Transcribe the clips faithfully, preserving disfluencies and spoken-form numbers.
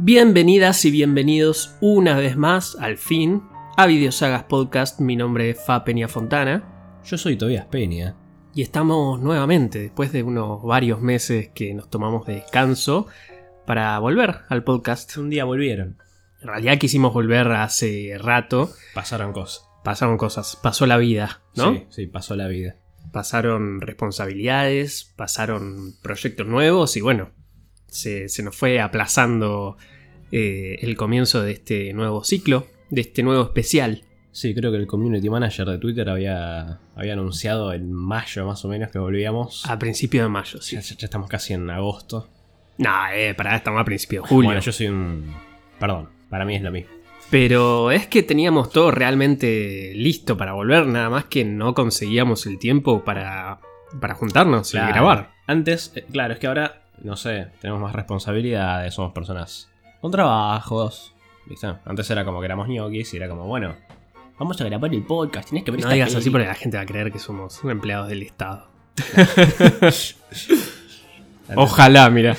Bienvenidas y bienvenidos una vez más, al fin, a Videosagas Podcast. Mi nombre es Fa Peña Fontana. Yo soy Tobias Peña. Y estamos nuevamente, después de unos varios meses que nos tomamos de descanso, para volver al podcast. Un día volvieron. En realidad quisimos volver hace rato. Pasaron cosas. Pasaron cosas, pasó la vida, ¿no? Sí, sí, pasó la vida. Pasaron responsabilidades, pasaron proyectos nuevos y bueno, se, se nos fue aplazando eh, el comienzo de este nuevo ciclo, de este nuevo especial. Sí, creo que el community manager de Twitter había, había anunciado en mayo más o menos que volvíamos. A principios de mayo, sí. Ya, ya estamos casi en agosto. No, eh, pará, estamos a principios de julio. Bueno, yo soy un... Perdón, para mí es lo mismo. Pero es que teníamos todo realmente listo para volver, nada más que no conseguíamos el tiempo para, para juntarnos Claro. y grabar. Antes, eh, claro, es que ahora, no sé, tenemos más responsabilidades, somos personas con trabajos, ¿viste? Antes era como que éramos ñoquis y era como, bueno, vamos a grabar el podcast, tienes que ver No esta digas peli. así porque la gente va a creer que somos empleados del Estado. Ojalá, mira.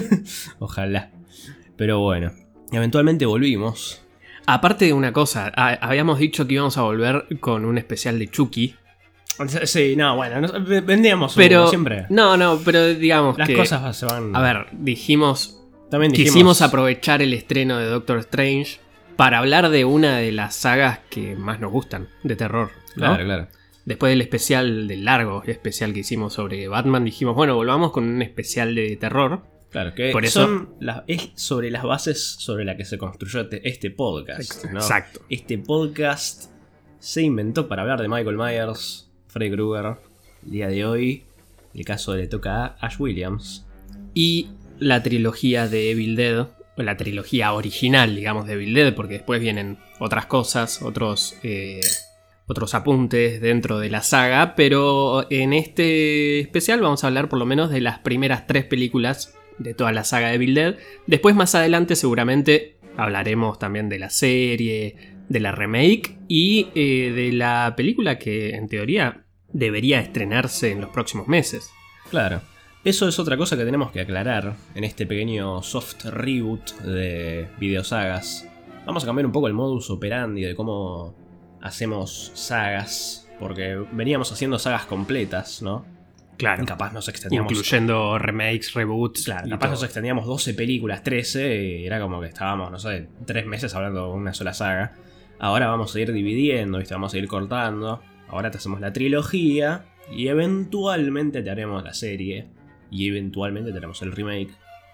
Ojalá. Pero bueno, eventualmente volvimos. Aparte de una cosa, a- habíamos dicho que íbamos a volver con un especial de Chucky. Sí, no, bueno, nos- v- vendíamos Pero como siempre. No, no, pero digamos Las que... cosas se van... A ver, dijimos... también dijimos... Quisimos aprovechar el estreno de Doctor Strange para hablar de una de las sagas que más nos gustan de terror, ¿no? Claro, claro. Después del especial, del largo especial que hicimos sobre Batman, dijimos, bueno, volvamos con un especial de terror. Claro, que Por eso- son las- es sobre las bases sobre las que se construyó te- este podcast, ¿no? Exacto. Este podcast se inventó para hablar de Michael Myers, Freddy Krueger. El día de hoy, el caso le toca a Ash Williams. Y la trilogía de Evil Dead, o la trilogía original, digamos, de Evil Dead, porque después vienen otras cosas, otros, eh, otros apuntes dentro de la saga, pero en este especial vamos a hablar por lo menos de las primeras tres películas de toda la saga de Evil Dead. Después, más adelante, seguramente hablaremos también de la serie, de la remake y eh, de la película que en teoría debería estrenarse en los próximos meses. Claro. Eso es otra cosa que tenemos que aclarar en este pequeño soft reboot de videosagas. Vamos a cambiar un poco el modus operandi de cómo hacemos sagas, porque veníamos haciendo sagas completas, ¿no? Claro. Capaz nos extendíamos... Incluyendo remakes, reboots. Claro, y capaz todo. nos extendíamos doce películas, trece, y era como que estábamos, no sé, tres meses hablando de una sola saga. Ahora vamos a ir dividiendo, ¿viste? Vamos a ir cortando. Ahora te hacemos la trilogía, y eventualmente te haremos la serie, y eventualmente te haremos el remake.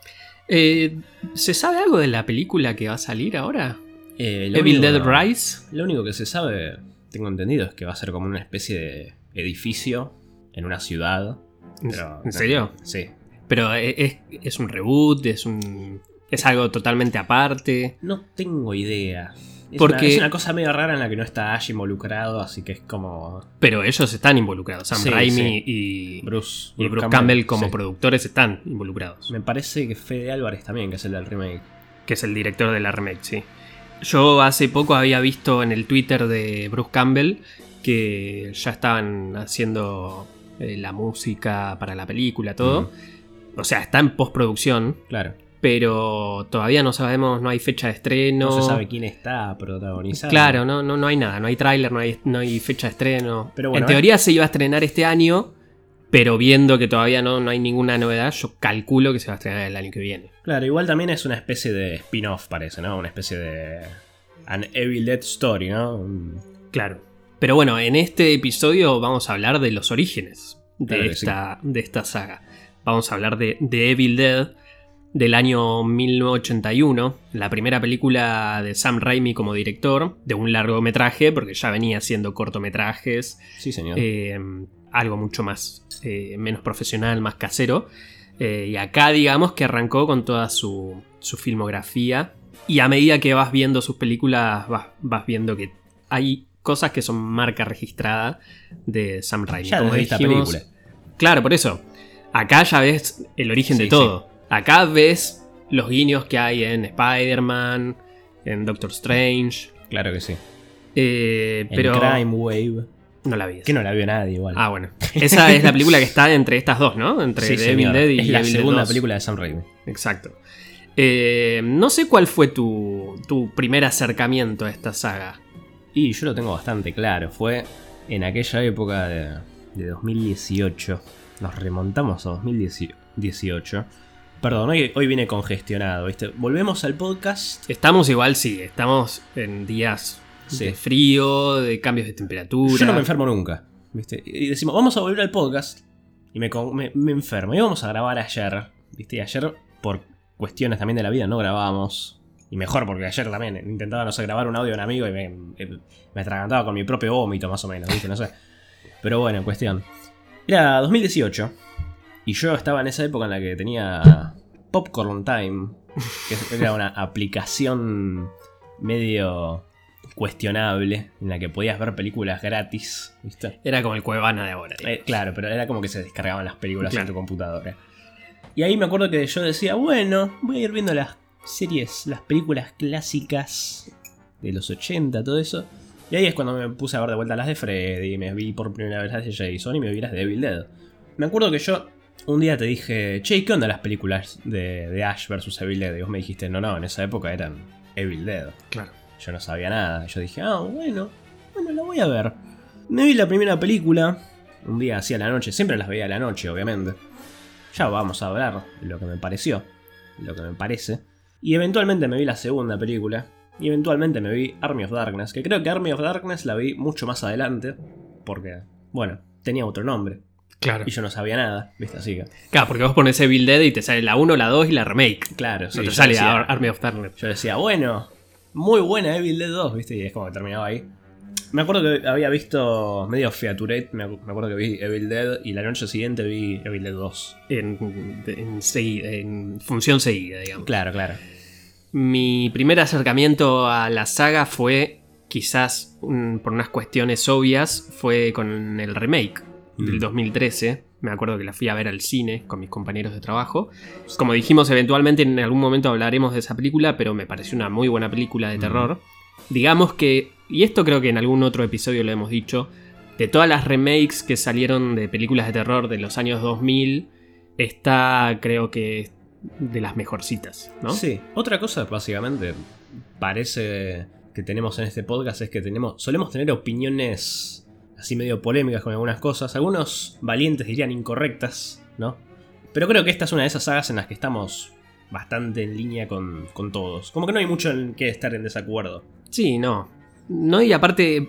Eh, ¿Se sabe algo de la película que va a salir ahora? Eh, lo Evil único- Dead Rise. Lo único que se sabe, tengo entendido, es que va a ser como una especie de edificio en una ciudad. Pero, ¿En serio? Sí. Pero es, es un reboot, es un. Es algo totalmente aparte. No tengo idea. Es, Porque- una, es una cosa medio rara en la que no está Ash involucrado, así que es como... Pero ellos están involucrados. Sam Sí, Raimi y Bruce, y Bruce Campbell, como sí. productores están involucrados. Me parece que Fede Álvarez también, que es el del remake. Que es el director de la remake, sí. Yo hace poco había visto en el Twitter de Bruce Campbell que ya estaban haciendo eh, la música para la película, todo. O sea, está en postproducción, Claro. pero todavía no sabemos, no hay fecha de estreno. No, se sabe quién está protagonizando. Claro, no, no, no hay nada, no hay tráiler, no hay, no hay fecha de estreno. Pero bueno, en teoría se iba a estrenar este año, pero viendo que todavía no, no hay ninguna novedad, yo calculo que se va a estrenar el año que viene. Claro, igual también es una especie de spin-off, parece, ¿no? Una especie de... An Evil Dead Story, ¿no? Un- Claro. Pero bueno, en este episodio vamos a hablar de los orígenes de, Claro que esta, de esta saga. Vamos a hablar de, de Evil Dead del año mil novecientos ochenta y uno, la primera película de Sam Raimi como director, de un largometraje, porque ya venía haciendo cortometrajes, Sí, señor. eh, algo mucho más, eh, menos profesional, más casero. Eh, y acá digamos que arrancó con toda su, su filmografía. Y a medida que vas viendo sus películas, vas, vas viendo que hay cosas que son marca registrada de Sam Raimi. Ya como desde esta dijimos. película. Claro, por eso. Acá ya ves el origen Sí, de todo. Acá ves los guiños que hay en Spider-Man, en Doctor Strange. Claro que sí. Eh, En pero Crime Wave. no la vi. esa. Que no la vio nadie igual. Ah, bueno. Esa es la película que está entre estas dos, ¿no? Entre Sí, The Evil señor. Dead y es la Evil Dead segunda dos. película de Sam Raimi. Exacto. Eh, no sé cuál fue tu, tu primer acercamiento a esta saga. Y yo lo tengo bastante claro. Fue en aquella época de, de dos mil dieciocho. Nos remontamos a dos mil dieciocho. Perdón, hoy, hoy viene congestionado, ¿viste? Volvemos al podcast. Estamos igual, sí. Estamos en días Sí. de frío, de cambios de temperatura. Yo no me enfermo nunca, ¿viste? Y decimos, vamos a volver al podcast. Y me, con- me, me enfermo. Íbamos a grabar ayer, ¿viste? Y ayer, por cuestiones también de la vida, no grabamos. Y mejor, porque ayer también intentaba, no sé, grabar un audio de un amigo y me, me, me atragantaba con mi propio vómito, más o menos, ¿viste? No sé. Pero bueno, en cuestión. Era dos mil dieciocho. Y yo estaba en esa época en la que tenía Popcorn Time, que era una aplicación medio cuestionable en la que podías ver películas gratis, ¿viste? Era como el Cuevana de ahora. Eh, claro, pero era como que se descargaban las películas Claro. en tu computadora. Y ahí me acuerdo que yo decía, bueno, voy a ir viendo las series, las películas clásicas de los ochenta, todo eso. Y ahí es cuando me puse a ver de vuelta las de Freddy, me vi por primera vez las de Jason y me vi las de Evil Dead. Me acuerdo que yo un día te dije, che, ¿qué onda las películas de, de Ash versus Evil Dead? Y vos me dijiste, no, no, en esa época eran Evil Dead. Claro. Yo no sabía nada. Yo dije, ah, bueno, bueno, la voy a ver. Me vi la primera película, un día así a la noche, siempre las veía a la noche, obviamente. Ya vamos a hablar de lo que me pareció, de lo que me parece. Y eventualmente me vi la segunda película, y eventualmente me vi Army of Darkness, que creo que Army of Darkness la vi mucho más adelante, porque, bueno, tenía otro nombre, Claro. y yo no sabía nada, ¿viste? Así que, Claro, porque vos pones Evil Dead y te sale la uno, la dos y la remake. claro, sí, no te yo sale decía- Ar- Army of Darkness. Yo decía, bueno, muy buena Evil Dead dos, ¿viste? Y es como que terminaba ahí. Me acuerdo que había visto medio featurette, me acu- me acuerdo que vi Evil Dead y la noche siguiente vi Evil Dead dos. En, en, segui- en función seguida, digamos. Claro, claro. Mi primer acercamiento a la saga fue, quizás mm, por unas cuestiones obvias, fue con el remake del Mm. dos mil trece. Me acuerdo que la fui a ver al cine con mis compañeros de trabajo. Como dijimos, eventualmente en algún momento hablaremos de esa película, pero me pareció una muy buena película de terror. Digamos que, y esto creo que en algún otro episodio lo hemos dicho, de todas las remakes que salieron de películas de terror de los años dos mil, está, creo que, de las mejorcitas, ¿no? Sí, otra cosa básicamente parece que tenemos en este podcast es que tenemos solemos tener opiniones así medio polémicas con algunas cosas. Algunos valientes dirían incorrectas, ¿no? Pero creo que esta es una de esas sagas en las que estamos bastante en línea con, con todos. Como que no hay mucho en que estar en desacuerdo. Sí, no. No, y aparte,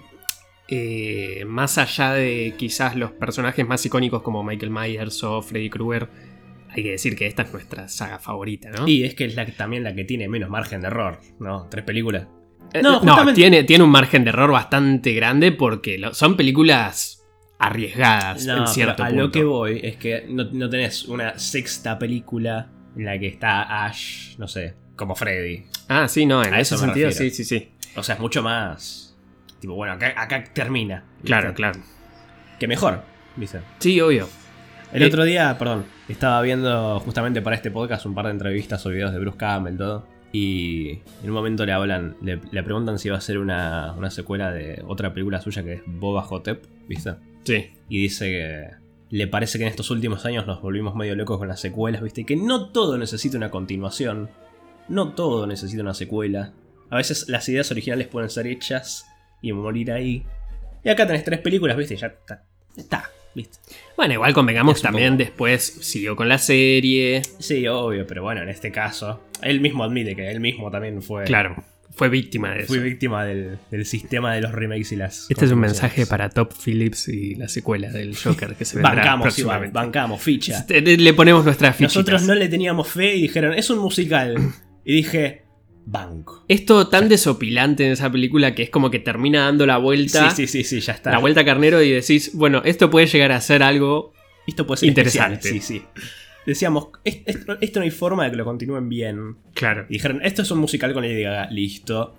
eh, más allá de quizás los personajes más icónicos como Michael Myers o Freddy Krueger, hay que decir que esta es nuestra saga favorita, ¿no? Y es que es la, también la que tiene menos margen de error, ¿no? Tres películas. Eh, no, no, justamente- tiene, tiene un margen de error bastante grande porque lo- son películas arriesgadas No, en cierto pero a punto. lo que voy es que no, no tenés una sexta película en la que está Ash, no sé, como Freddy. Ah, sí, no, en A ese eso me sentido, refiero. sí, sí, sí. O sea, es mucho más. Tipo, bueno, acá, acá termina. ¿viste? Claro, claro. Que mejor, ¿viste? Sí, obvio. El Eh, otro día, perdón, estaba viendo justamente para este podcast un par de entrevistas o videos de Bruce Campbell, todo. Y en un momento le hablan, le, le preguntan si va a ser una, una secuela de otra película suya que es Boba Hotep, ¿viste? Sí. Y dice que le parece que en estos últimos años nos volvimos medio locos con las secuelas, ¿viste? Que no todo necesita una continuación. No todo necesita una secuela. A veces las ideas originales pueden ser hechas y morir ahí. Y acá tenés tres películas, ¿viste? Y ya está. Está, ¿viste? Bueno, igual convengamos Es un también poco- después siguió con la serie. Sí, obvio, pero bueno, en este caso, él mismo admite que él mismo también fue, Claro, fue víctima de eso. fue víctima del, del sistema de los remakes y las. Este es un continuaciones. mensaje para Top Phillips y la secuela del Joker que se vendrá Bancamos, sí, próximamente. bancamos, ficha. Le ponemos nuestras fichitas. Nosotros no le teníamos fe y dijeron, es un musical. Y dije, banco. Es todo tan desopilante en esa película que es como que termina dando la vuelta, Sí, sí, sí, sí, ya está. la vuelta carnero y decís, bueno, esto puede llegar a ser algo. Esto puede ser Interesante. especial, sí, sí. Decíamos, "Es- esto, esto no hay forma de que lo continúen bien. Claro. Y dijeron, esto es un musical con Lady Gaga, listo.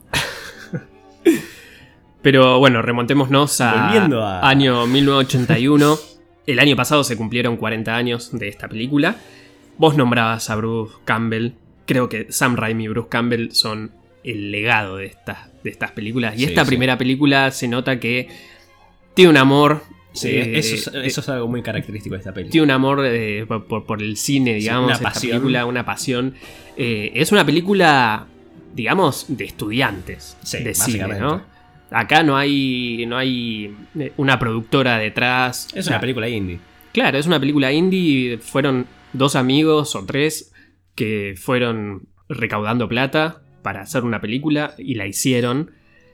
Pero bueno, remontémonos a Volviendo a- año mil novecientos ochenta y uno. El año pasado se cumplieron cuarenta años de esta película. Vos nombrabas a Bruce Campbell. Creo que Sam Raimi y Bruce Campbell son el legado de estas, de estas películas. Y Sí, esta sí. primera película se nota que tiene un amor Sí, Eh, eso, es, eso es algo muy característico de esta película. Tiene un amor eh, por, por- por el cine, digamos, una esta pasión. película, una pasión. Eh, es una película, digamos, de estudiantes Sí, de cine, básicamente. ¿no? Acá no hay, no hay una productora detrás. Es O sea, una película indie. Claro, es una película indie. Fueron dos amigos o tres que fueron recaudando plata para hacer una película y la hicieron.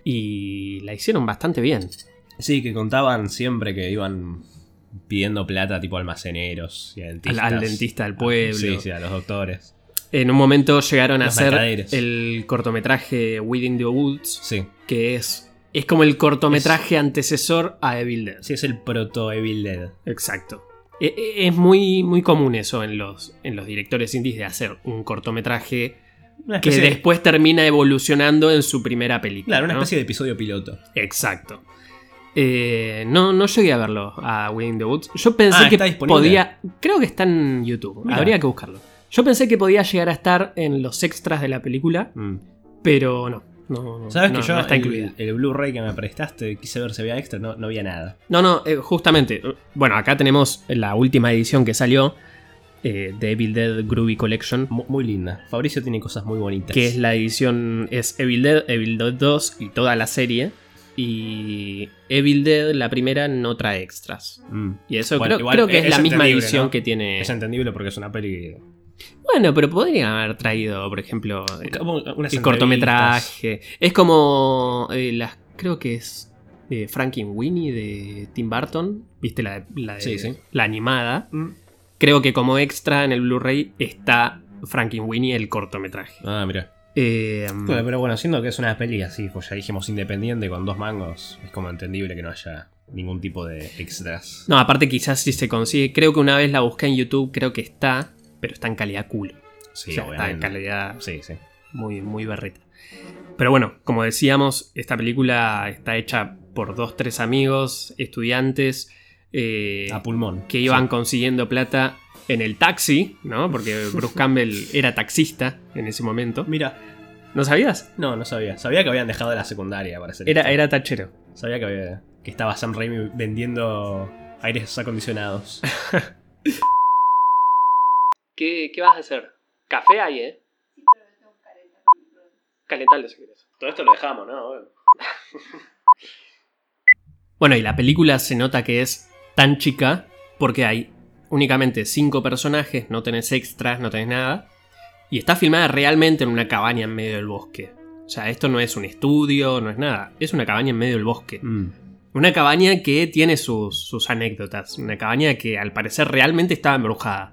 Y la hicieron bastante bien. Sí, que contaban siempre que iban pidiendo plata tipo almaceneros y a Al, dentistas. al dentista del pueblo. Sí, sí, a los doctores. En un momento llegaron a Los hacer mercaderes. el cortometraje Within the Woods, Sí. que es, es como el cortometraje antecesor a Evil Dead. Sí, es el proto Evil Dead. Exacto. E- e- Es muy, muy común eso en los, en los directores indies de hacer un cortometraje Una que especie de- después termina evolucionando en su primera película. Claro, una ¿no? especie de episodio piloto. Exacto. Eh, no, no llegué a verlo a Within the Woods. Yo pensé Ah, que ¿está disponible? podía. Creo que está en YouTube. Mirá. Habría que buscarlo. Yo pensé que podía llegar a estar en los extras de la película, Mm. pero no. no no, ¿Sabes no, que yo no está el, incluida. el Blu-ray que me prestaste quise ver si había extra? No, no había nada. No, no, eh, justamente. Bueno, acá tenemos la última edición que salió eh, de Evil Dead Groovy Collection. Mu- Muy linda. Fabricio tiene cosas muy bonitas. Que es la edición. Es Evil Dead, Evil Dead dos y toda la serie. Y Evil Dead, la primera, no trae extras. Mm. Y eso Bueno, creo, igual creo que es, es la misma entendible, edición ¿no? que tiene. Es entendible porque es una peli. Bueno, pero podrían haber traído, por ejemplo, el, Como unas el entrevistas. cortometraje. Es como eh, las. Creo que es eh, Frankenweenie de Tim Burton. ¿Viste la, la, de- Sí, sí. la animada? Mm. Creo que como extra en el Blu-ray está Frankenweenie, el cortometraje. Ah, mira. Eh, Claro, pero bueno, siendo que es una peli así, pues ya dijimos independiente con dos mangos, es como entendible que no haya ningún tipo de extras. No, aparte quizás si se consigue. Creo que una vez la busqué en YouTube, creo que está. Pero está en calidad culo. Sí, O sea, está en obviamente. calidad Sí, sí. muy, muy berreta. Pero bueno, como decíamos, esta película está hecha por dos, tres amigos, estudiantes, eh, A pulmón. que iban Sí. consiguiendo plata en el taxi, ¿no? Porque Bruce Campbell era taxista en ese momento. Mira, ¿No sabías? no, no sabía. Sabía que habían dejado la secundaria para hacer Era, esto. era tachero. Sabía que, había- que estaba Sam Raimi vendiendo aires acondicionados. ¿Qué, qué vas a hacer? Café hay, ¿eh? Calentalo si querés. Todo esto lo dejamos, ¿no? Bueno, y la película se nota que es tan chica porque hay únicamente cinco personajes, no tenés extras, no tenés nada. Y está filmada realmente en una cabaña en medio del bosque. O sea, esto no es un estudio, no es nada. Es una cabaña en medio del bosque. Mm. Una cabaña que tiene sus, sus anécdotas. Una cabaña que al parecer realmente estaba embrujada.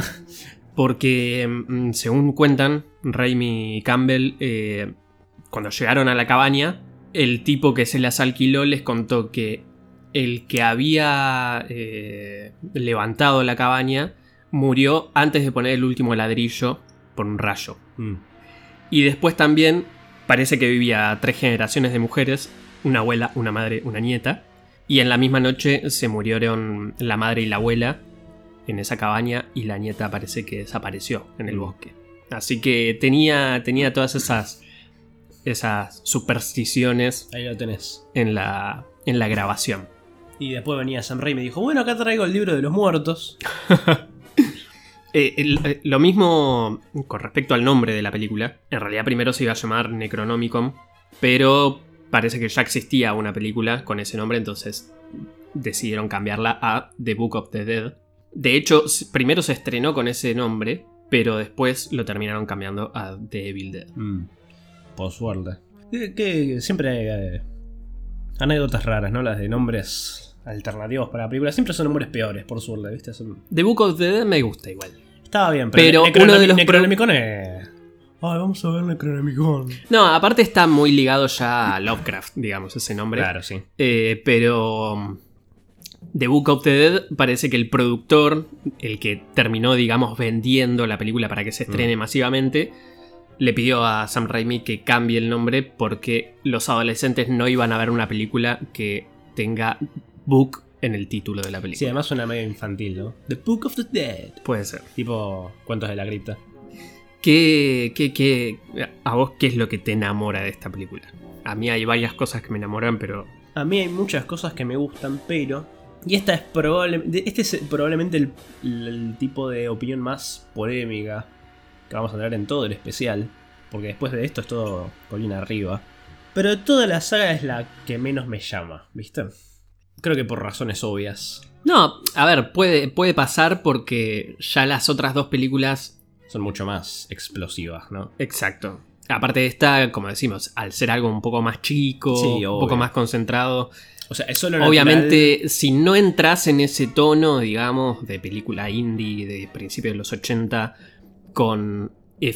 Porque, mm, según cuentan, Raimi y Campbell, eh, cuando llegaron a la cabaña, el tipo que se las alquiló les contó que el que había eh, levantado la cabaña murió antes de poner el último ladrillo por un rayo. Mm. Y después también parece que vivía tres generaciones de mujeres, una abuela, una madre, una nieta. Y en la misma noche se murieron la madre y la abuela en esa cabaña y la nieta parece que desapareció en el bosque. Así que tenía, tenía todas esas, esas supersticiones Ahí lo tenés. en la, en la grabación. Y después venía Sam Raimi y dijo, bueno, acá traigo el libro de los muertos. Eh, el- eh, lo mismo con respecto al nombre de la película. En realidad primero se iba a llamar Necronomicon, pero parece que ya existía una película con ese nombre, entonces decidieron cambiarla a The Book of the Dead. De hecho, s- primero se estrenó con ese nombre, pero después lo terminaron cambiando a The Evil Dead. Mm. Por suerte. Que, que siempre hay eh, anécdotas raras, ¿no? Las de nombres alternativos para películas. Siempre son nombres peores, por suerte, ¿viste? Son... The Book of the Dead me gusta igual. Estaba bien, pero, Pero uno de los Necronomicon es... Ay, vamos a ver Necronomicon. No, aparte está muy ligado ya a Lovecraft, digamos, ese nombre. Claro, sí. Eh, pero um, The Book of the Dead parece que el productor, el que terminó, digamos, vendiendo la película para que se estrene Mm. masivamente, le pidió a Sam Raimi que cambie el nombre porque los adolescentes no iban a ver una película que tenga Book en el título de la Sí, película. además suena medio infantil, ¿no? The Book of the Dead. Puede ser. Tipo cuentos de la cripta. ¿Qué, qué, qué, ¿A vos qué es lo que te enamora de esta película? A mí hay varias cosas que me enamoran, pero... A mí hay muchas cosas que me gustan, pero Y esta es probablemente, este es probablemente el, el tipo de opinión más polémica que vamos a tener en todo el especial. Porque después de esto es todo colina arriba. Pero de toda la saga es la que menos me llama, ¿viste? Creo que por razones obvias. No, a ver, puede, puede pasar porque ya las otras dos películas... Son mucho más explosivas, ¿no? Exacto. Aparte de esta, como decimos, al ser algo un poco más chico, Sí, un poco más concentrado... O sea, es solo Obviamente, natural. si no entras en ese tono, digamos, de película indie de principios de los ochenta, con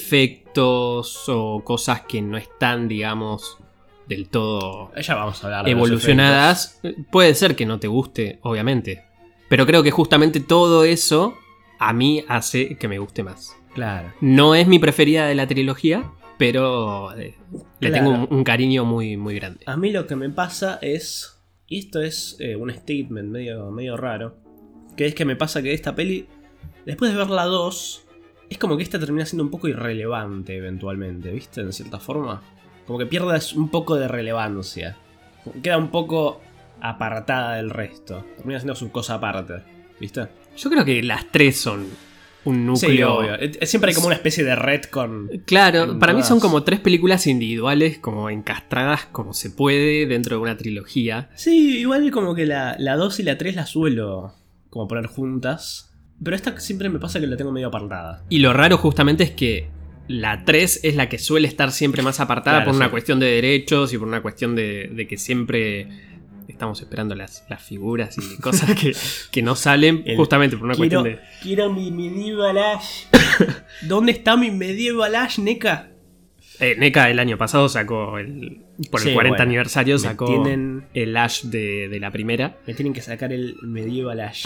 efectos o cosas que no están, digamos, del todo Ya vamos a hablar de los evolucionadas, puede ser que no te guste, obviamente. Pero creo que justamente todo eso a mí hace que me guste más. efectos. Claro. No es mi preferida de la trilogía, pero eh, le Claro. tengo un, un cariño muy, muy grande. A mí lo que me pasa es... Y esto es eh, un statement medio, medio raro. Que es que me pasa que esta peli, después de ver la dos, es como que esta termina siendo un poco irrelevante eventualmente, ¿viste? En cierta forma. Como que pierdas un poco de relevancia. Queda un poco apartada del resto. Termina siendo su cosa aparte, ¿viste? Yo creo que las tres son un núcleo... Sí, obvio. Eh, Siempre hay como una especie de retcon. Claro, en para mí todas. son como tres películas individuales, como encastradas como se puede dentro de una trilogía. Sí, igual como que la, la dos y la tres la suelo como poner juntas. Pero esta siempre me pasa que la tengo medio apartada. Y lo raro justamente es que la tres es la que suele estar siempre más apartada Claro, por una sí. cuestión de derechos y por una cuestión de, de que siempre estamos esperando las, las figuras y cosas que, que no salen El- justamente por una Quiero, cuestión de... quiero mi Medieval Ash. ¿Dónde está mi Medieval Ash, Neka? Eh, N E C A el año pasado sacó, el, por el Sí, cuarenta bueno, aniversario, me sacó tienen- el Ash de, de la primera. Me tienen que sacar el Medieval Ash.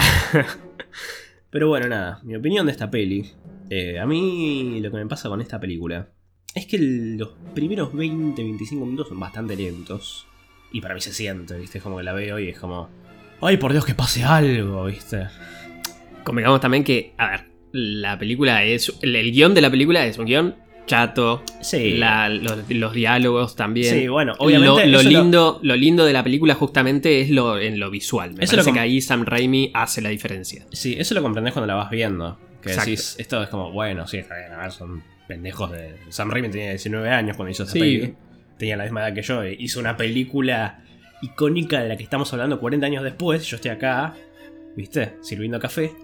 Pero bueno, nada. Mi opinión de esta peli. Eh, a mí lo que me pasa con esta película es que el- los primeros veinte veinticinco minutos son bastante lentos. Y para mí se siente, ¿viste? Es como que la veo y es como... ¡Ay, por Dios, que pase algo! ¿Viste? Convengamos también que, a ver, la película es... El, el guión de la película es un guión chato. Sí. La- los, los diálogos también. Sí, bueno, obviamente Lo, lo eso lo- lindo, lo lindo de la película justamente es lo, en lo visual. Me Eso lo parece com- que ahí Sam Raimi hace la diferencia. Sí, eso lo comprendés cuando la vas viendo. Que Exacto. decís, esto es como, bueno, sí, está bien, a ver, son pendejos de... Sam Raimi tenía diecinueve años cuando hizo esta Sí. peli. Tenía la misma edad que yo. e Hizo una película icónica de la que estamos hablando cuarenta años después. Yo estoy acá, ¿viste? Sirviendo café.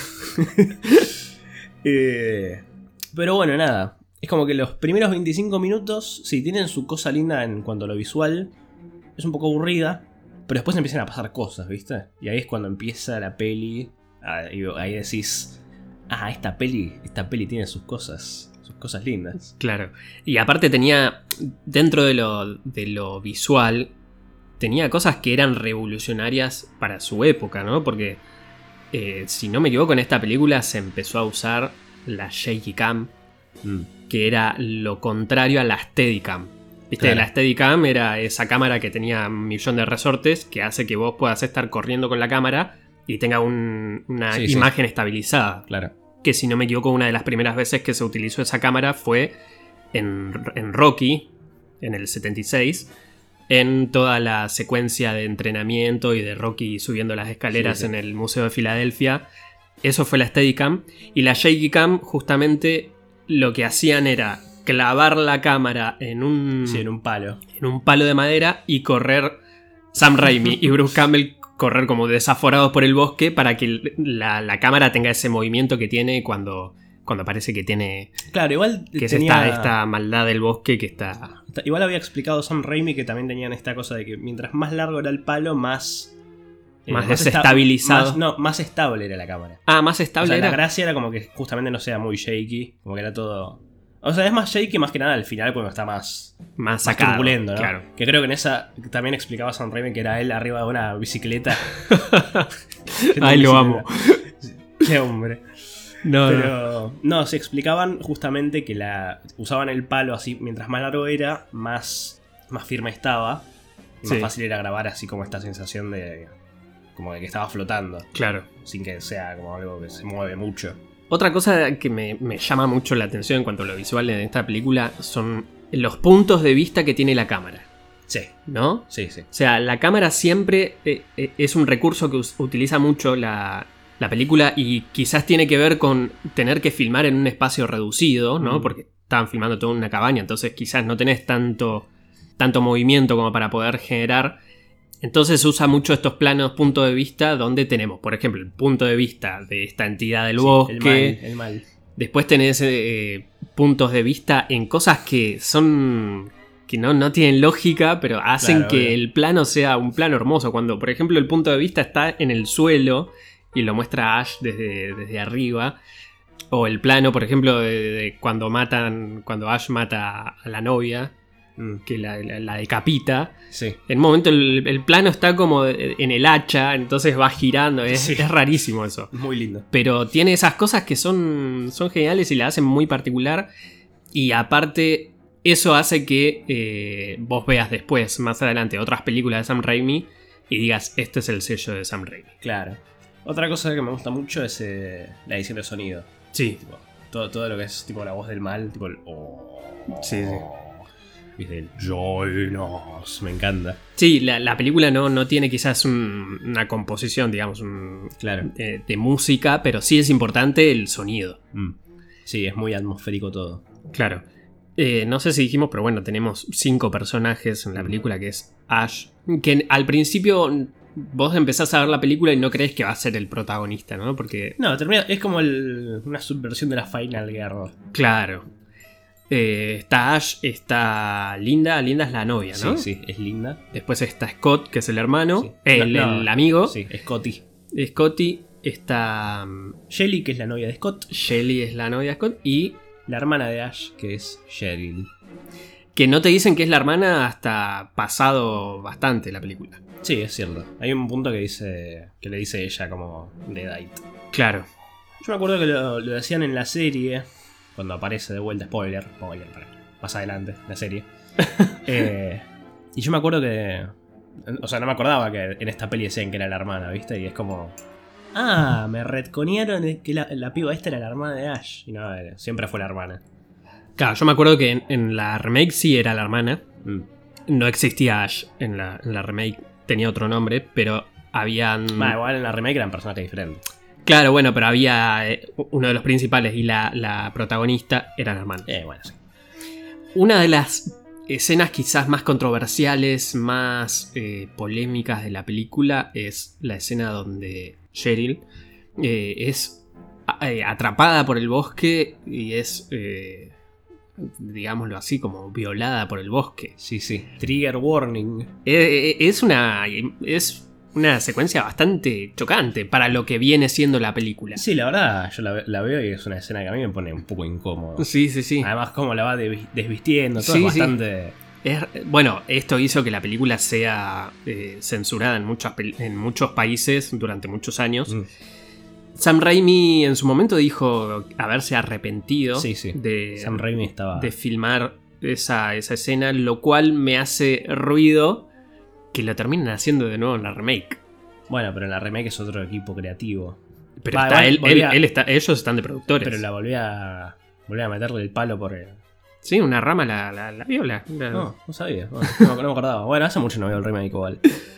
Eh, pero bueno, nada. Es como que los primeros veinticinco minutos, sí, tienen su cosa linda en cuanto a lo visual. Es un poco aburrida. Pero después empiezan a pasar cosas, ¿viste? Y ahí es cuando empieza la peli. Ahí, ahí decís... Ah, esta peli, esta peli tiene sus cosas, sus cosas lindas. Claro. Y aparte tenía, dentro de lo, de lo visual, tenía cosas que eran revolucionarias para su época, ¿no? Porque, eh, si no me equivoco, en esta película se empezó a usar la shaky cam, Mm. que era lo contrario a la Steadicam. ¿Viste? Claro. La Steadicam era esa cámara que tenía un millón de resortes que hace que vos puedas estar corriendo con la cámara y tenga un- una Sí, sí. imagen estabilizada. Claro. Que si no me equivoco, una de las primeras veces que se utilizó esa cámara fue en, en Rocky, en el setenta y seis, en toda la secuencia de entrenamiento y de Rocky subiendo las escaleras Sí, sí. en el Museo de Filadelfia. Eso fue la Steadicam. Y la Shaky Cam, justamente, lo que hacían era clavar la cámara en un, Sí, en un palo. en un palo de madera y correr. Sam Raimi y Bruce Campbell correr como desaforados por el bosque para que la, la cámara tenga ese movimiento que tiene cuando, cuando parece que tiene... Claro, igual Que es tenía... esta, esta maldad del bosque que está... Igual había explicado Sam Raimi que también tenían esta cosa de que mientras más largo era el palo, más... eh, Más esta- desestabilizado. más- no, más estable era la cámara. Ah, más O estable sea, la era. gracia era como que justamente no sea muy shaky, como que era todo... O sea, es más shaky más que nada al final cuando está más, Más más sacado. turbulento, ¿no? Claro. Que creo que en esa también explicaba Sam Raimi que era él arriba de una bicicleta. Ay, lo amo. Qué hombre. No, no. Pero no, se explicaban justamente que la usaban el palo así, mientras más largo era, más, más firme estaba. Y más Sí. fácil era grabar así como esta sensación de como de que estaba flotando, Claro. sin que sea como algo que se mueve mucho. Otra cosa que me, me llama mucho la atención en cuanto a lo visual en esta película son los puntos de vista que tiene la cámara. Sí. ¿no? Sí, sí. O sea, la cámara siempre eh, eh, es un recurso que us- utiliza mucho la, la película y quizás tiene que ver con tener que filmar en un espacio reducido, ¿no? Mm. Porque estaban filmando toda una cabaña, entonces quizás no tenés tanto, tanto movimiento como para poder generar. Entonces usa mucho estos planos punto de vista donde tenemos, por ejemplo, el punto de vista de esta entidad del Sí, bosque. el mal, el mal. Después tenés eh, puntos de vista en cosas que son... que no, no tienen lógica, pero hacen Claro, que obvio. el plano sea un plano hermoso. Cuando, por ejemplo, el punto de vista está en el suelo y lo muestra Ash desde, desde arriba. O el plano, por ejemplo, de, de cuando matan. Cuando Ash mata a la novia, Mm. que la, la- la decapita. Sí. En un momento el, el plano está como en el hacha, entonces va girando. Es, Sí. es rarísimo eso. Muy lindo. Pero tiene esas cosas que son, son geniales y la hacen muy particular. Y aparte, eso hace que eh, vos veas después, más adelante, otras películas de Sam Raimi y digas, este es el sello de Sam Raimi. Claro. Otra cosa que me gusta mucho es eh, la edición de sonido. Sí, Tipo, todo, todo lo que es tipo la voz del mal, tipo el. Oh, Sí, sí. ¿Viste? El Join us. Me encanta. sí la, la película no, no tiene quizás un- una composición, digamos, un- Claro. de, de música, pero sí es importante el sonido. Mm. Sí, es muy atmosférico todo. Claro. Eh, no sé si dijimos, pero bueno, tenemos cinco personajes en la película, que es Ash, que al principio vos empezás a ver la película y no crees que va a ser el protagonista, ¿no? Porque, No, termina. Es como el- una subversión de la Final Girl. claro, eh, está Ash, está Linda, Linda es la novia, ¿no? Sí, sí, es linda. Después está Scott, que es el hermano, Sí. el, No, no, el amigo, Sí, Scotty. Scotty, está um, Shelly, que es la novia de Scott. Shelly, es la novia de Scott, y La hermana de Ash, que es Cheryl. que no te dicen que es la hermana hasta pasado bastante la película. Sí, es cierto. Hay un punto que dice. Que le dice ella como Deadite. Claro. Yo me acuerdo que lo, lo decían en la serie. Cuando aparece de vuelta, spoiler. Spoiler, para. Más adelante, la serie. Eh, y yo me acuerdo que. O sea, no me acordaba que en esta peli decían que era la hermana, ¿viste? Y es como. Ah, me retconearon que la, la piba esta era la hermana de Ash. Y no, eh, siempre fue la hermana. Claro, yo me acuerdo que en, en la remake sí era la hermana. Mm. No existía Ash en la, en la remake, tenía otro nombre, pero habían... Va, igual en la remake eran personajes diferentes. Claro, bueno, pero había eh, uno de los principales y la, la protagonista eran hermanos. Eh, bueno, sí. Una de las escenas quizás más controversiales, más eh, polémicas de la película es la escena donde Cheryl eh, es eh, atrapada por el bosque y es, eh, digámoslo así, como violada por el bosque. Sí, sí. Trigger warning. Eh, eh, Es una, es una secuencia bastante chocante para lo que viene siendo la película. Sí, la verdad, yo la, la veo y es una escena que a mí me pone un poco incómodo. Sí, sí, sí. Además, cómo la va de- desvistiendo, todo Sí, es sí. bastante. Es- bueno, esto hizo que la película sea eh, censurada en, muchas pel- en muchos países durante muchos años. Mm. Sam Raimi en su momento dijo haberse arrepentido Sí, sí. de, Sam Raimi estaba. de filmar esa, esa escena, lo cual me hace ruido que lo terminen haciendo de nuevo en la remake. Bueno, pero en la remake es otro equipo creativo. Pero Va, está igual él, volví él- a- él está, ellos están de productores. Pero la volví a. Volví a meterle el palo por. el- Sí, una rama la, la, la viola. La- No, no sabía. Bueno, no, no me acordaba. Bueno, hace mucho no veo el remake igual.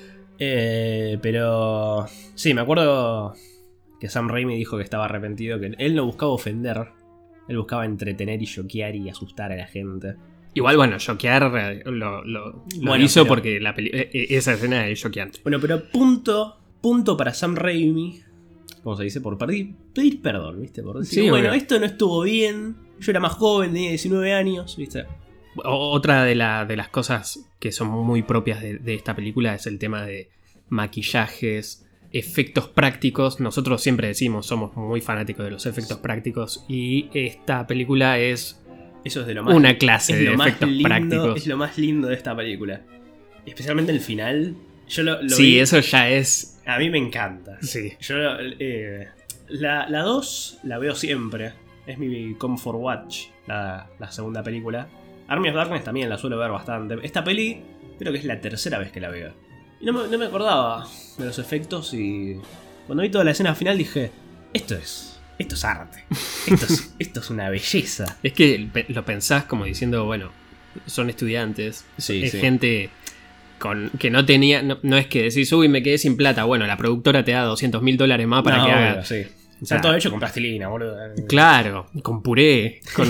Eh, pero. Sí, me acuerdo que Sam Raimi dijo que estaba arrepentido, que él no buscaba ofender. Él buscaba entretener y choquear y asustar a la gente. Igual, bueno, choquear eh, lo, lo- lo Bueno, hizo pero- porque la peli- eh, eh, esa escena es choqueante. Bueno, pero punto. Punto para Sam Raimi. ¿Cómo se dice? Por pedir, pedir perdón, ¿viste? Por decir, Sí, bueno, bueno. esto no estuvo bien. Yo era más joven, tenía diecinueve años, ¿viste? O- Otra de, la- de las cosas que son muy propias de, de esta película es el tema de maquillajes, efectos prácticos. Nosotros siempre decimos, somos muy fanáticos de los efectos prácticos y esta película es Eso es de lo más. una clase es de lo más efectos lindo, prácticos. Es lo más lindo de esta película. Especialmente el final. Yo lo, lo Sí, vi- eso ya es... A mí me encanta. Sí. Yo eh, la la dos la veo siempre. Es mi comfort watch, la, la segunda película. Army of Darkness también la suelo ver bastante. Esta peli creo que es la tercera vez que la veo. Y no me, no me acordaba de los efectos y cuando vi toda la escena final dije, esto es, esto es arte. Esto es, esto es una belleza. Es que pe- lo pensás como diciendo, bueno, son estudiantes, Sí, es sí. gente con, que no tenía, no, no es que decís, uy, me quedé sin plata. Bueno, la productora te da doscientos mil dólares más para no, que obvio, haga. sí. O sea, Está todo hecho con plastilina, boludo. Claro, con puré. Con...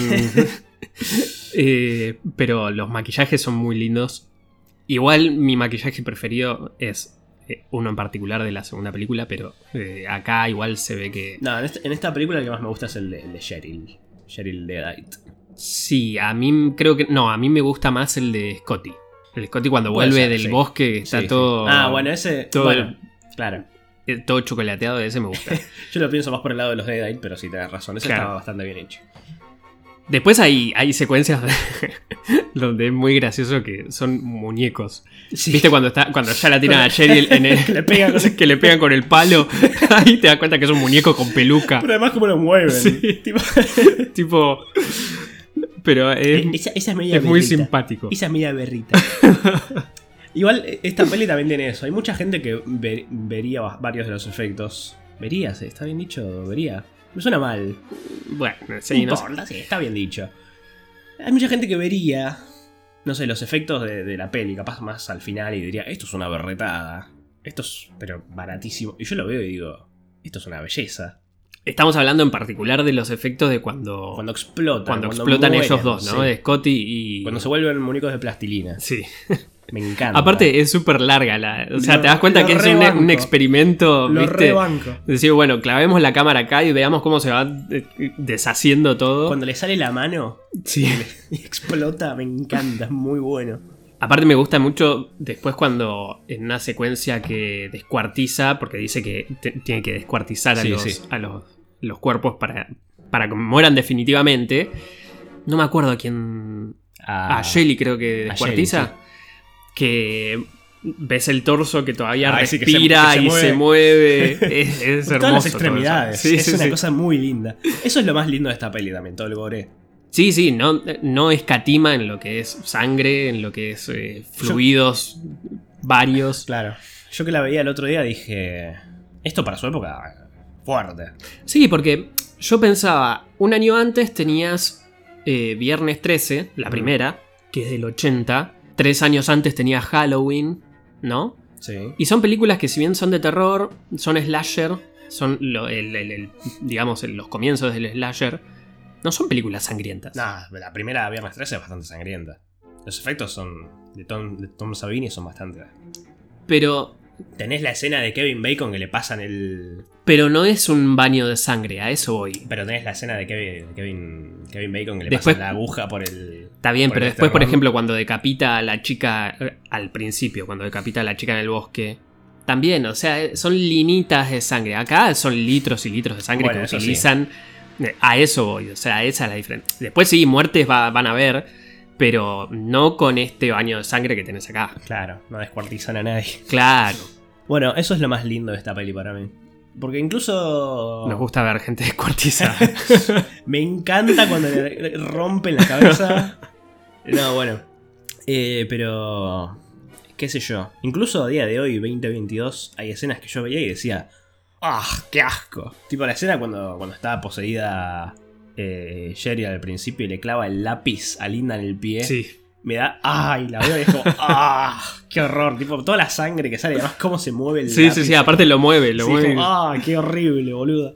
eh, pero los maquillajes son muy lindos. Igual mi maquillaje preferido es eh, uno en particular de la segunda película, pero eh, acá igual se ve que... No, en, este, en esta película el que más me gusta es el de, el de Cheryl. Cheryl Deadite. Sí, a mí creo que... No, a mí me gusta más el de Scotty. El Scotty cuando Puede vuelve ser, del sí. bosque está Sí, todo... sí. Ah, bueno, ese... todo, bueno, claro. eh, todo chocolateado, ese me gusta. Yo lo pienso más por el lado de los Deadite, pero sí, tenés razón. Ese Claro. estaba bastante bien hecho. Después hay, hay secuencias donde es muy gracioso que son muñecos. Sí. ¿Viste cuando está cuando ya la tiran a Cheryl en el, que, le pegan con el... que le pegan con el palo? Ahí te das cuenta que es un muñeco con peluca. Pero además cómo lo mueven. Sí. Tipo... Tipo... Pero es, esa, esa es media es muy berrita. simpático. Esa es media berrita. Igual, esta peli también tiene eso. Hay mucha gente que ver, vería varios de los efectos. Vería, ¿sí? ¿Está bien dicho? Vería. Me suena mal. Bueno, No sí, no sé. importa, sí, está bien dicho. Hay mucha gente que vería, no sé, los efectos de, de la peli, capaz más al final, y diría, esto es una berretada. Esto es, pero baratísimo. Y yo lo veo y digo, esto es una belleza. Estamos hablando en particular de los efectos de cuando... Cuando explotan. Cuando, cuando explotan mueren, ellos dos, ¿no? sí. De Scotty y... Cuando se vuelven muñecos de plastilina. Sí. Me encanta. Aparte es súper larga la... O sea, Lo- te das cuenta lo que es un, rebanco. un experimento, Lo ¿viste? rebanco. Decir, bueno, clavemos la cámara acá y veamos cómo se va eh, deshaciendo todo. Cuando le sale la mano Sí. y explota, me encanta, es muy bueno. Aparte me gusta mucho después cuando en una secuencia que descuartiza, porque dice que te- tiene que descuartizar a, Sí, los, sí. a los, los cuerpos para, para que mueran definitivamente. No me acuerdo a quién... Ah, A Shelly creo que a descuartiza. Shelly, Que ves el torso que todavía Ay, sí, que se- respira que se y mueve. se mueve. Es, es hermoso. todas las todo extremidades. eso. Sí, es sí, una sí. cosa muy linda. Eso es lo más lindo de esta peli también, todo el gore. Sí, sí, no, no escatima en lo que es sangre, en lo que es eh, fluidos varios. Claro. Yo que la veía el otro día dije, esto para su época, fuerte. Sí, porque yo pensaba, un año antes tenías eh, Viernes trece, la Mm. primera, que es del ochenta. Tres años antes tenías Halloween, ¿no? Sí. Y son películas que si bien son de terror, son slasher, son lo- el, el- el- digamos el- los comienzos del slasher, no son películas sangrientas. Nah, la primera Viernes trece es bastante sangrienta. Los efectos son de Tom, de Tom Savini son bastante... Pero, Tenés la escena de Kevin Bacon que le pasan el... pero no es un baño de sangre, a eso voy. Pero tenés la escena de Kevin, de Kevin, Kevin Bacon que le Después- pasan la aguja por el... Está bien, por pero el después, por esterrón. ejemplo, cuando decapita a la chica eh, al principio, cuando decapita a la chica en el bosque, también, o sea, eh, son linitas de sangre. Acá son litros y litros de sangre Bueno, que eso sí. utilizan. Eh, A eso voy, o sea, esa es la diferencia. Después sí, muertes va- van a haber, pero no con este baño de sangre que tenés acá. Claro, no descuartizan a nadie. Claro, Bueno, eso es lo más lindo de esta peli para mí. Porque incluso... nos gusta ver gente descuartizada. Me encanta cuando le rompen la cabeza. No, bueno. Eh, pero... qué sé yo. Incluso a día de hoy, veinte veintidós, hay escenas que yo veía y decía... ¡Ah, qué asco! Tipo la escena cuando, cuando estaba poseída eh, Sherry al principio y le clava el lápiz a Linda en el pie. Sí. Me da... ¡ay! La veo y es como... ¡ah! ¡Qué horror! Tipo, toda la sangre que sale, además cómo se mueve el Sí, lápiz. sí, sí, aparte lo mueve, lo Sí, mueve. como, ¡ah! ¡Qué horrible, boludo!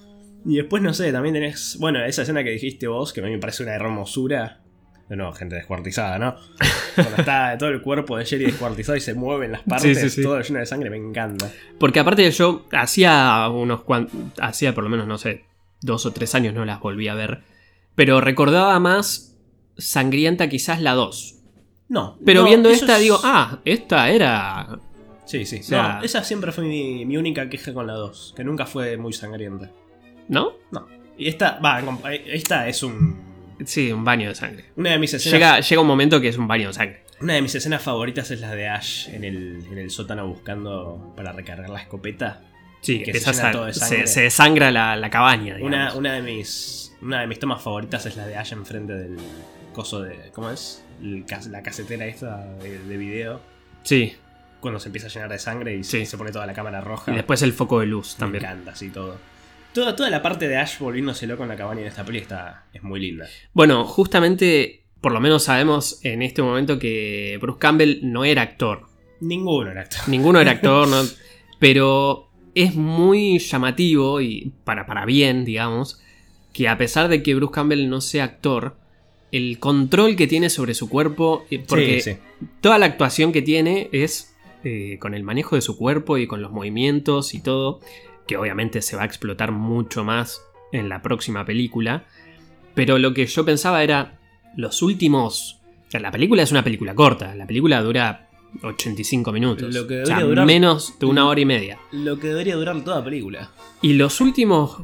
Y después, no sé, también tenés... Bueno, esa escena que dijiste vos, que a mí me parece una hermosura. De nuevo, gente descuartizada, ¿no? Cuando está todo el cuerpo de Sherry descuartizado y se mueven las partes, Sí, sí, sí. todo lleno de sangre, me encanta. Porque aparte yo hacía unos cuantos, hacía por lo menos, no sé, dos o tres años no las volví a ver. Pero recordaba más sangrienta quizás la dos. No. Pero no, viendo eso esta es- digo, ah, esta era... Sí, sí. o sea- No, esa siempre fue mi, mi única queja con la dos, que nunca fue muy sangrienta. ¿No? No. Y esta, va, compa- esta es un... Sí, un baño de sangre. Una de mis escenas... Llega, llega un momento que es un baño de sangre. Una de mis escenas favoritas es la de Ash en el, en el sótano buscando para recargar la escopeta. Sí, Que empieza se llena a- todo de se, sangre. se desangra la, la cabaña, digamos. Una, una de mis una de mis tomas favoritas es la de Ash enfrente del coso de... ¿Cómo es? El cas- la casetera esta de, de video. Sí, Cuando se empieza a llenar de sangre y Sí. se, se pone toda la cámara roja. y después el foco de luz Me también. encanta, así todo. Toda, toda la parte de Ash volviéndose loco en la cabaña de esta peli está, es muy linda. Bueno, justamente, por lo menos sabemos en este momento que Bruce Campbell no era actor. Ninguno era actor. Ninguno era actor, ¿no? Pero es muy llamativo y para, para bien, digamos, que a pesar de que Bruce Campbell no sea actor, el control que tiene sobre su cuerpo, porque Sí, sí. toda la actuación que tiene es eh, con el manejo de su cuerpo y con los movimientos y todo, que obviamente se va a explotar mucho más en la próxima película. Pero lo que yo pensaba era los últimos... O sea, la película es una película corta, la película dura ochenta y cinco minutos. Lo que o sea, debería durar- menos de una hora y media. Lo que debería durar toda película. Y los últimos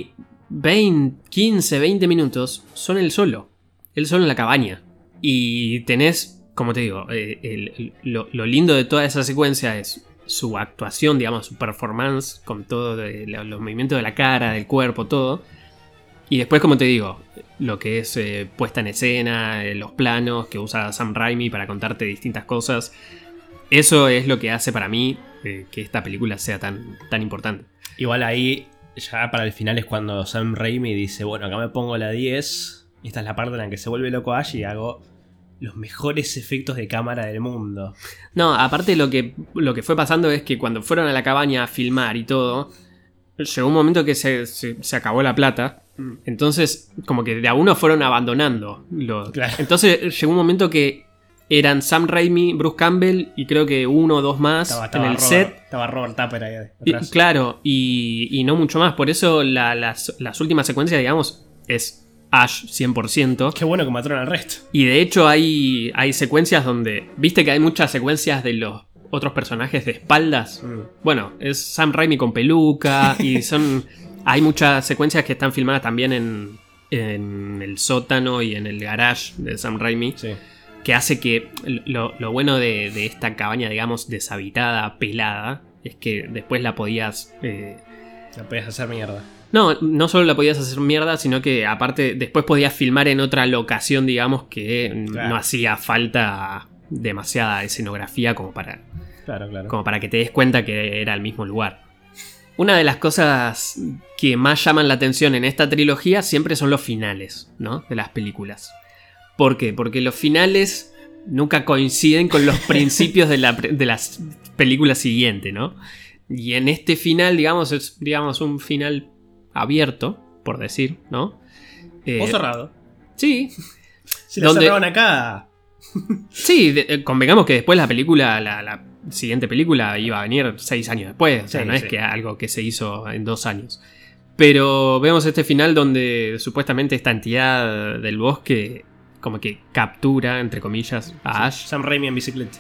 veinte, quince, veinte minutos son él solo. Él solo en la cabaña. Y tenés, como te digo, eh, el- el- lo, lo lindo de toda esa secuencia es su actuación, digamos, su performance, con todo de- los movimientos de la cara, del cuerpo, todo. Y después, como te digo, lo que es eh, puesta en escena, eh, los planos que usa Sam Raimi para contarte distintas cosas. Eso es lo que hace para mí eh, que esta película sea tan, tan importante. Igual ahí, ya para el final es cuando Sam Raimi dice, bueno, acá me pongo la diez. Esta es la parte en la que se vuelve loco Ash y hago los mejores efectos de cámara del mundo. No, aparte lo que, lo que fue pasando es que cuando fueron a la cabaña a filmar y todo, llegó un momento que se, se, se acabó la plata. Entonces, como que de a uno fueron abandonando. Lo, Claro. Entonces llegó un momento que eran Sam Raimi, Bruce Campbell y creo que uno o dos más Estaba, estaba en el Robert, set. Estaba Robert Tapper ahí Y- atrás. claro, y, y no mucho más. Por eso la- las, las últimas secuencias, digamos, es Ash cien por ciento. Qué bueno que mataron al resto. Y de hecho hay, hay secuencias donde... ¿Viste que hay muchas secuencias de los otros personajes de espaldas? Mm. Bueno, es Sam Raimi con peluca y son... Hay muchas secuencias que están filmadas también en, en el sótano y en el garage de Sam Raimi. Sí. Que hace que lo, lo bueno de, de esta cabaña, digamos, deshabitada, pelada, es que después la podías... eh, La podías hacer mierda. no, no solo la podías hacer mierda, sino que aparte después podías filmar en otra locación, digamos, que Claro. no hacía falta demasiada escenografía como para, Claro, claro. como para que te des cuenta que era el mismo lugar. Una de las cosas que más llaman la atención en esta trilogía siempre son los finales, ¿no? De las películas. ¿Por qué? Porque los finales nunca coinciden con los principios de, la, de las películas siguientes, ¿no? Y en este final, digamos, es digamos, un final abierto, por decir, ¿no? Eh, O cerrado. Sí, Si la donde- cerraban acá. sí, de- eh, convengamos que después la película, la, la siguiente película iba a venir seis años después, o sea, Sí, no es sí. que algo que se hizo en dos años. Pero vemos este final donde supuestamente esta entidad del bosque como que captura, entre comillas, a Ash. Sam Raimi en bicicleta.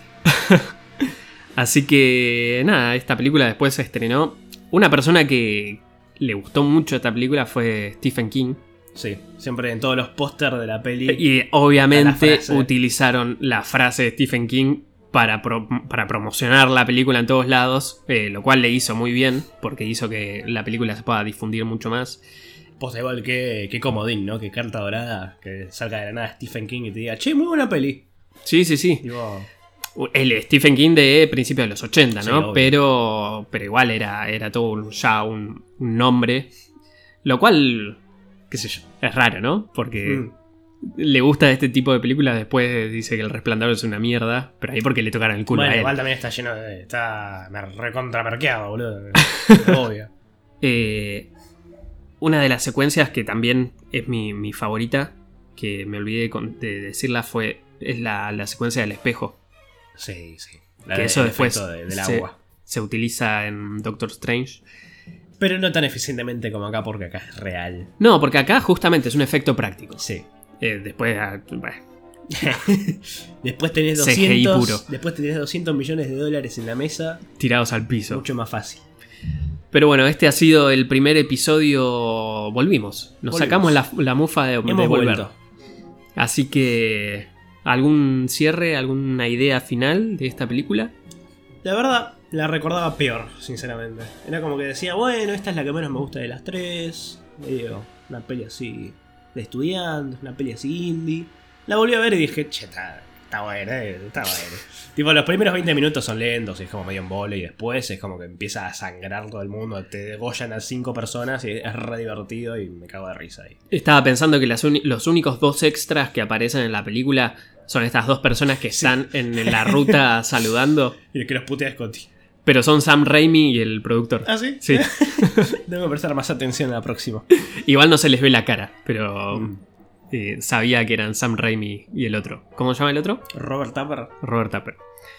Así que nada, esta película después se estrenó. Una persona que le gustó mucho esta película fue Stephen King. Sí, siempre en todos los pósters de la peli. Y obviamente La frase. utilizaron la frase de Stephen King para, pro- para promocionar la película en todos lados, eh, lo cual le hizo muy bien, porque hizo que la película se pueda difundir mucho más. Posta igual que, que comodín, ¿no? Que carta dorada, que salga de la nada Stephen King y te diga, che, muy buena peli. Sí, sí, sí. Digo, El Stephen King de principios de los ochenta, Sí, ¿no? obvio. pero, pero igual era, era todo un- ya un, un nombre. Lo cual, qué sé yo, es raro, ¿no? Porque mm, le gusta este tipo de películas, después dice que El Resplandor es una mierda, pero ahí porque le tocaron el culo bueno, a él. igual también está lleno de. Está recontramerqueado, boludo. Obvio. Eh, una de las secuencias que también es mi, mi favorita, que me olvidé con- de decirla, fue es la, la secuencia del espejo. Sí, sí. La Que de- eso el después efecto de- del se- agua. Se utiliza en Doctor Strange. Pero no tan eficientemente como acá, porque acá es real. No, porque acá justamente es un efecto práctico. Sí. Eh, después, ah, bueno, Después tenés C G I doscientos. puro. Después tenés doscientos millones de dólares en la mesa. tirados al piso. Mucho más fácil. Pero bueno, este ha sido el primer episodio. Volvimos. Nos Volvimos. sacamos la, la mufa de, de Hemos volver. vuelto. Así que, ¿algún cierre, alguna idea final de esta película? La verdad, la recordaba peor, sinceramente. Era como que decía, bueno, esta es la que menos me gusta de las tres. Medio una peli así de estudiantes, una peli así indie. La volví a ver y dije, che, está, está buena, eh, está buena. Tipo, los primeros veinte minutos son lentos y es como medio embole. Y después es como que empieza a sangrar todo el mundo. Te degollan a cinco personas y es re divertido y me cago de risa ahí. Estaba pensando que las uni- los únicos dos extras que aparecen en la película Son estas dos personas que están en la ruta saludando. Y el que los putea es Scotty. Pero son Sam Raimi y el productor. ¿Ah, sí? Sí. Tengo que prestar más atención a la próxima. Igual no se les ve la cara, pero Mm. eh, sabía que eran Sam Raimi y el otro. ¿Cómo se llama el otro? Robert Tupper. Robert Tupper.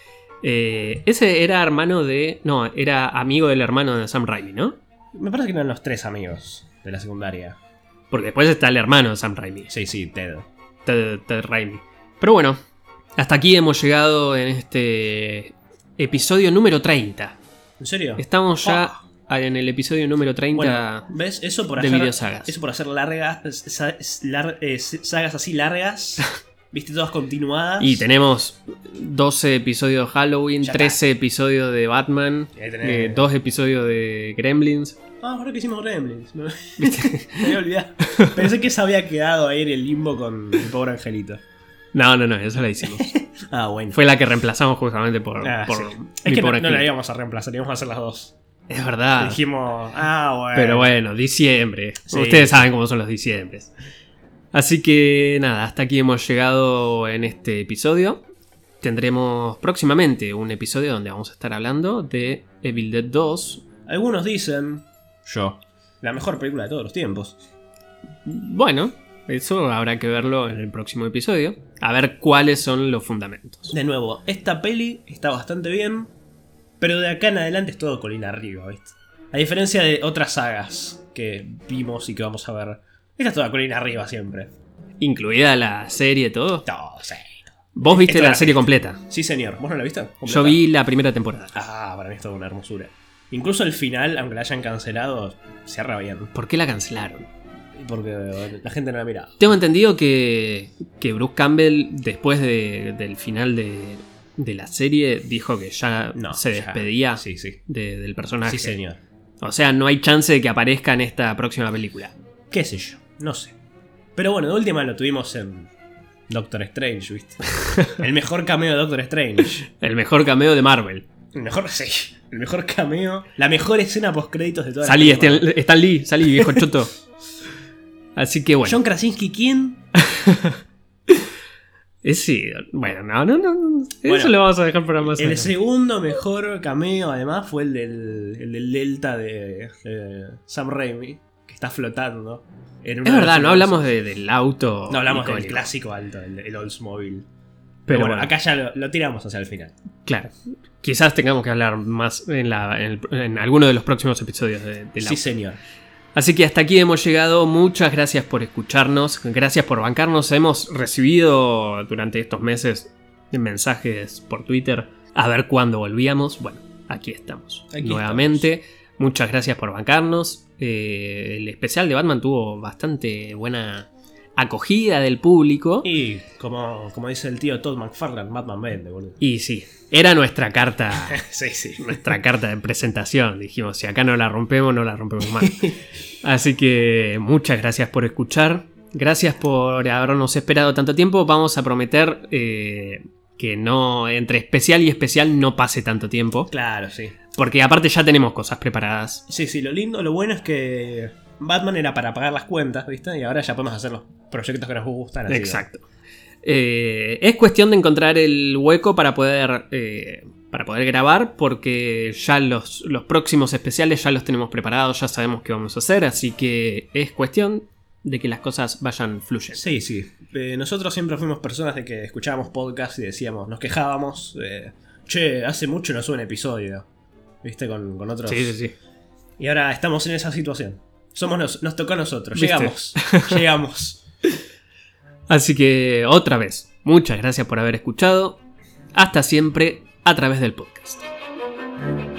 Eh, ese era hermano de... No, era amigo del hermano de Sam Raimi, ¿no? Me parece que eran los tres amigos de la secundaria. Porque después está el hermano de Sam Raimi, Sí, sí, Ted. Ted, Ted Raimi. Pero bueno, hasta aquí hemos llegado en este episodio número treinta. ¿En serio? Estamos ya Oh. en el episodio número treinta. Bueno, ¿ves? Eso por de hacer, videosagas. Eso por hacer largas, sa- lar- eh, sagas así largas. ¿Viste? Todas continuadas. Y tenemos doce episodios de Halloween, Ya trece episodios de Batman, Y ahí tenés- eh, dos episodios de Gremlins. Ah, ahora que hicimos Gremlins. Me, me había olvidado. Pensé que se había quedado ahí en el limbo con el pobre angelito. No, no, no, eso la hicimos. Ah, bueno. Fue la que reemplazamos justamente por, Ah, por sí. mi Es que no, pobre no la angelito. íbamos a reemplazar, íbamos a hacer las dos. Es verdad. Dijimos, ah, bueno. Pero bueno, diciembre. Sí. Ustedes saben cómo son los diciembres. Así que nada, hasta aquí hemos llegado en este episodio. Tendremos próximamente un episodio donde vamos a estar hablando de Evil Dead dos. Algunos dicen, yo, la mejor película de todos los tiempos. Bueno, eso habrá que verlo en el próximo episodio. A ver cuáles son los fundamentos. De nuevo, esta peli está bastante bien, pero de acá en adelante es todo colina arriba, ¿viste? A diferencia de otras sagas que vimos y que vamos a ver, esta es toda colina arriba siempre. Incluida la serie, todo. Todo, sí. Vos viste Esto la era- serie completa. Sí, señor. ¿Vos no la viste? Yo ¿Completa? vi la primera temporada. Ah, para mí es toda una hermosura. Incluso el final, aunque la hayan cancelado, cierra bien. ¿Por qué la cancelaron? Porque la gente no la ha mirado. Tengo entendido que, que Bruce Campbell, después de- del final de, de la serie, dijo que ya No, se ya. despedía Sí, sí. de- del personaje. Sí, señor. O sea, no hay chance de que aparezca en esta próxima película. ¿Qué sé yo? No sé. Pero bueno, de última lo tuvimos en Doctor Strange, ¿viste? El mejor cameo de Doctor Strange. El mejor cameo de Marvel. El mejor, sí. El mejor cameo. La mejor escena post créditos de toda Salí, la película. Stan, Stan Lee, salí, viejo choto. Así que bueno. John Krasinski, ¿quién? Eh, sí, bueno, no, no, no. no. Eso Bueno, lo vamos a dejar para más El adelante. segundo mejor cameo, además, fue el del, el del Delta de eh, Sam Raimi, que está flotando. En una Es verdad, de no sus- hablamos de- del auto. No hablamos del icónico. clásico alto, el, el Oldsmobile. Pero, Pero bueno, bueno. acá ya lo, lo tiramos hacia el final. Claro. Quizás tengamos que hablar más en, la, en, el- en alguno de los próximos episodios de, del Sí, auto. señor. Así que hasta aquí hemos llegado. Muchas gracias por escucharnos. Gracias por bancarnos. Hemos recibido durante estos meses mensajes por Twitter a ver cuándo volvíamos. Bueno, aquí estamos. Aquí nuevamente. Muchas gracias por bancarnos. Eh, el especial de Batman tuvo bastante buena acogida del público. Y, Y como, como dice el tío Todd McFarlane, Batman vende, boludo. sí, era nuestra carta. Sí, sí. Nuestra carta de presentación. Dijimos, si acá no la rompemos, no la rompemos más. Así que muchas gracias por escuchar. Gracias por habernos esperado tanto tiempo. Vamos a prometer eh, que no entre especial y especial no pase tanto tiempo. Claro, sí. Porque aparte ya tenemos cosas preparadas. Sí, sí, lo lindo, lo bueno es que Batman era para pagar las cuentas, ¿viste? Y ahora ya podemos hacer los proyectos que nos gustan. Así que- Exacto. Eh, es cuestión de encontrar el hueco para poder, eh, para poder grabar, porque ya los, los próximos especiales ya los tenemos preparados, ya sabemos qué vamos a hacer, así que es cuestión de que las cosas vayan fluyendo. Sí, sí. Eh, nosotros siempre fuimos personas de que escuchábamos podcasts y decíamos, nos quejábamos, eh, che, hace mucho no suben episodio, ¿viste? Con, con otros. Sí, sí, sí. Y ahora estamos en esa situación. Somos nos, nos tocó a nosotros, ¿Viste? llegamos, llegamos. Así que otra vez, muchas gracias por haber escuchado. Hasta siempre a través del podcast.